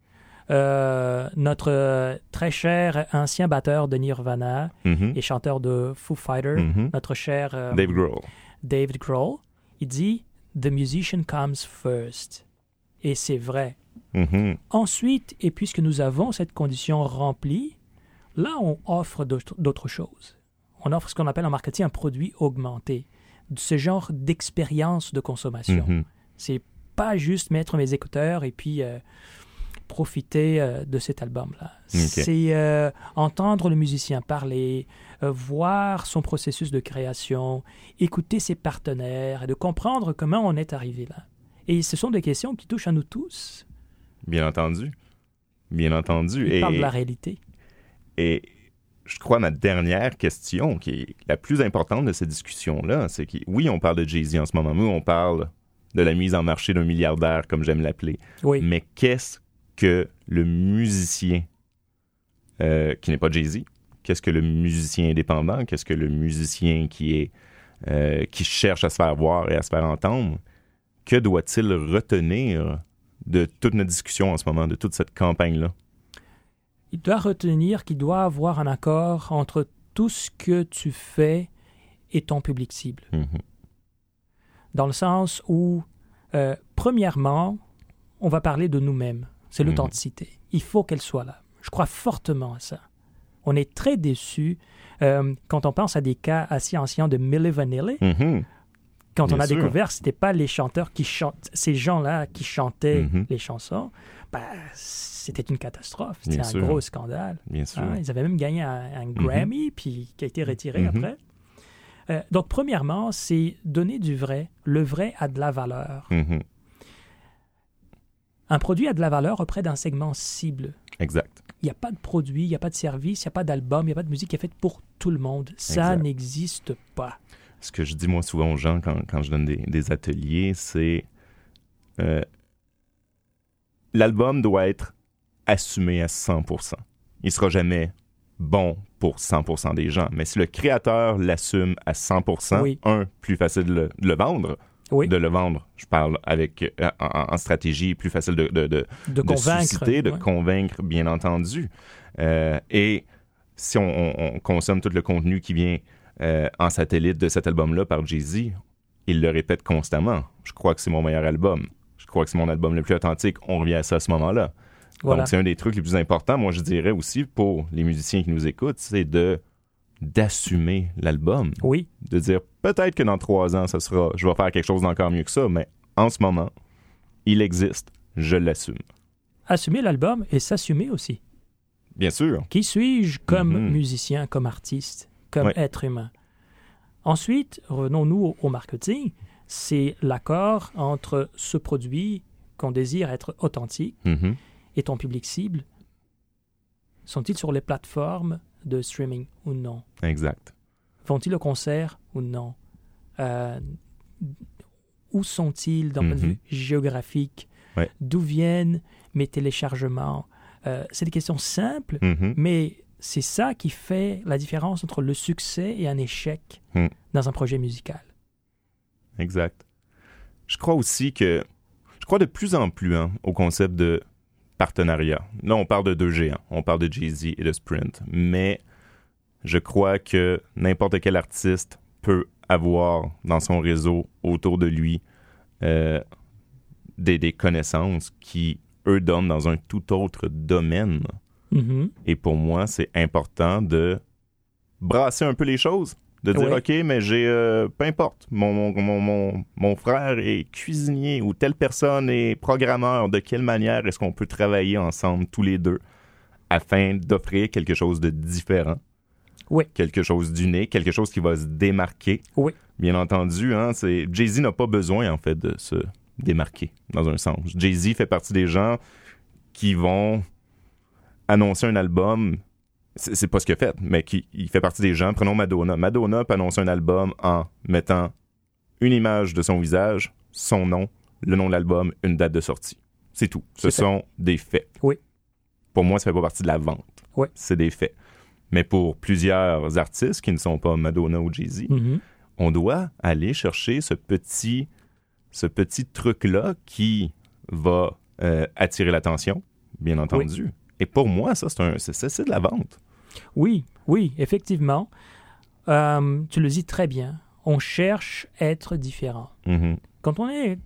Notre très cher ancien batteur de Nirvana et chanteur de Foo Fighters, notre cher David Grohl, il dit « The musician comes first ». Et c'est vrai. Ensuite, et puisque nous avons cette condition remplie, là, on offre d'autres choses. On offre ce qu'on appelle en marketing un produit augmenté, ce genre d'expérience de consommation. C'est pas juste mettre mes écouteurs et puis profiter de cet album-là. C'est entendre le musicien parler, voir son processus de création, écouter ses partenaires et de comprendre comment on est arrivé là. Et ce sont des questions qui touchent à nous tous. Bien entendu. Bien entendu. Il parle de la réalité. Et je crois ma dernière question, qui est la plus importante de cette discussion-là, c'est que oui, on parle de Jay-Z en ce moment, mais on parle de la mise en marché d'un milliardaire, comme j'aime l'appeler. Oui. Mais qu'est-ce que le musicien qui n'est pas Jay-Z? Qu'est-ce que le musicien indépendant? Qu'est-ce que le musicien qui cherche à se faire voir et à se faire entendre? Que doit-il retenir de toute notre discussion en ce moment, de toute cette campagne-là? Il doit retenir qu'il doit avoir un accord entre tout ce que tu fais et ton public cible. Dans le sens où, premièrement, on va parler de nous-mêmes. C'est l'authenticité. Il faut qu'elle soit là. Je crois fortement à ça. On est très déçus quand on pense à des cas assez anciens de Milli Vanilli. Quand on a découvert, c'était pas les chanteurs qui chantent, ces gens-là qui chantaient les chansons, c'était une catastrophe. C'était un gros scandale. Bien sûr. Ils avaient même gagné un Grammy, puis qui a été retiré après. Donc, premièrement, c'est donner du vrai. Le vrai a de la valeur. Un produit a de la valeur auprès d'un segment cible. Exact. Il n'y a pas de produit, il n'y a pas de service, il n'y a pas d'album, il n'y a pas de musique qui est faite pour tout le monde. Ça n'existe pas. Ce que je dis moi souvent aux gens quand je donne des ateliers, c'est l'album doit être assumer à 100%. Il sera jamais bon pour 100% des gens. Mais si le créateur l'assume à 100%, Oui. plus facile de le vendre. Oui. De le vendre, je parle avec en stratégie, plus facile de convaincre. susciter, de convaincre, bien entendu. Et si on consomme tout le contenu qui vient en satellite de cet album-là par Jay-Z, il le répète constamment. Je crois que c'est mon meilleur album. Je crois que c'est mon album le plus authentique. On revient à ça à ce moment-là. Voilà. Donc, c'est un des trucs les plus importants, moi, je dirais aussi, pour les musiciens qui nous écoutent, c'est d'assumer l'album. Oui. De dire, peut-être que dans 3 ans, je vais faire quelque chose d'encore mieux que ça, mais en ce moment, il existe, je l'assume. Assumer l'album et s'assumer aussi. Bien sûr. Qui suis-je comme musicien, comme artiste, comme être humain? Ensuite, revenons-nous au marketing. C'est l'accord entre ce produit qu'on désire être authentique et ton public cible. Sont-ils sur les plateformes de streaming ou non? Exact. Vont-ils au concert ou non? Où sont-ils d'un point de vue géographique? Ouais. D'où viennent mes téléchargements? C'est des questions simples, mais c'est ça qui fait la différence entre le succès et un échec dans un projet musical. Exact. Je crois de plus en plus au concept de partenariat. Là, on parle de 2 géants. On parle de Jay-Z et de Sprint. Mais je crois que n'importe quel artiste peut avoir dans son réseau autour de lui des connaissances qui, eux, donnent dans un tout autre domaine. Et pour moi, c'est important de brasser un peu les choses. De dire, OK, mais peu importe, mon frère est cuisinier ou telle personne est programmeur. De quelle manière est-ce qu'on peut travailler ensemble, tous les deux, afin d'offrir quelque chose de différent, quelque chose d'unique, quelque chose qui va se démarquer? Oui. Bien entendu, Jay-Z n'a pas besoin, en fait, de se démarquer, dans un sens. Jay-Z fait partie des gens qui vont annoncer un album... C'est pas ce qu'il a fait, mais il fait partie des gens. Prenons Madonna. Madonna peut annoncer un album en mettant une image de son visage, son nom, le nom de l'album, une date de sortie. C'est tout. Ce sont des faits. Oui. Pour moi, ça fait pas partie de la vente. Oui. C'est des faits. Mais pour plusieurs artistes qui ne sont pas Madonna ou Jay-Z, on doit aller chercher ce petit truc-là qui va attirer l'attention, bien entendu. Oui. Et pour moi, ça, c'est de la vente. Oui, effectivement. Tu le dis très bien. On cherche à être différent. Quand on est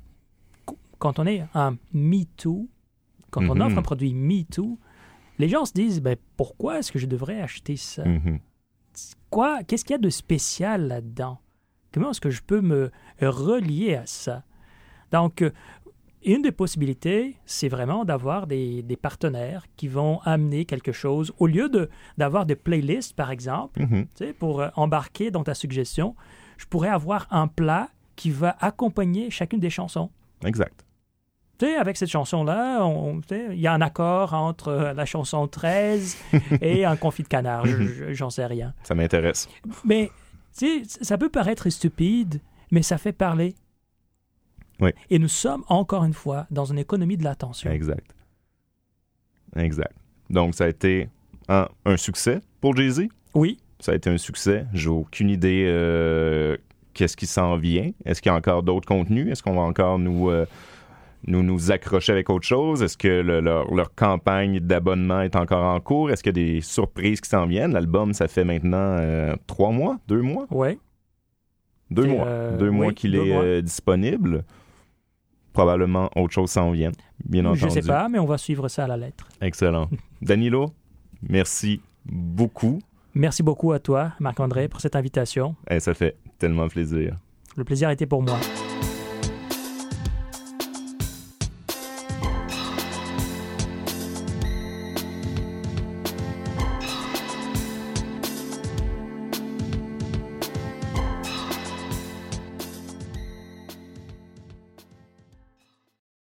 un Me Too, quand on offre un produit Me Too, les gens se disent, pourquoi est-ce que je devrais acheter ça? Qu'est-ce qu'il y a de spécial là-dedans? Comment est-ce que je peux me relier à ça? Donc, une des possibilités, c'est vraiment d'avoir des partenaires qui vont amener quelque chose. Au lieu d'avoir des playlists, par exemple, pour embarquer dans ta suggestion, je pourrais avoir un plat qui va accompagner chacune des chansons. Exact. Avec cette chanson-là, il y a un accord entre la chanson 13 et un confit de canard. J'en sais rien. Ça m'intéresse. Mais ça peut paraître stupide, mais ça fait parler. Oui. Et nous sommes, encore une fois, dans une économie de l'attention. Exact. Donc, ça a été un succès pour Jay-Z? Oui. Ça a été un succès. J'ai aucune idée qu'est-ce qui s'en vient. Est-ce qu'il y a encore d'autres contenus? Est-ce qu'on va encore nous accrocher avec autre chose? Est-ce que leur campagne d'abonnement est encore en cours? Est-ce qu'il y a des surprises qui s'en viennent? L'album, ça fait maintenant 3 mois? 2 mois? Oui. 2 mois. 2 mois qu'il est disponible. Probablement autre chose s'en vient, bien entendu. Je ne sais pas, mais on va suivre ça à la lettre. Excellent. Danilo, merci beaucoup. Merci beaucoup à toi, Marc-André, pour cette invitation. Ça fait tellement plaisir. Le plaisir a été pour moi.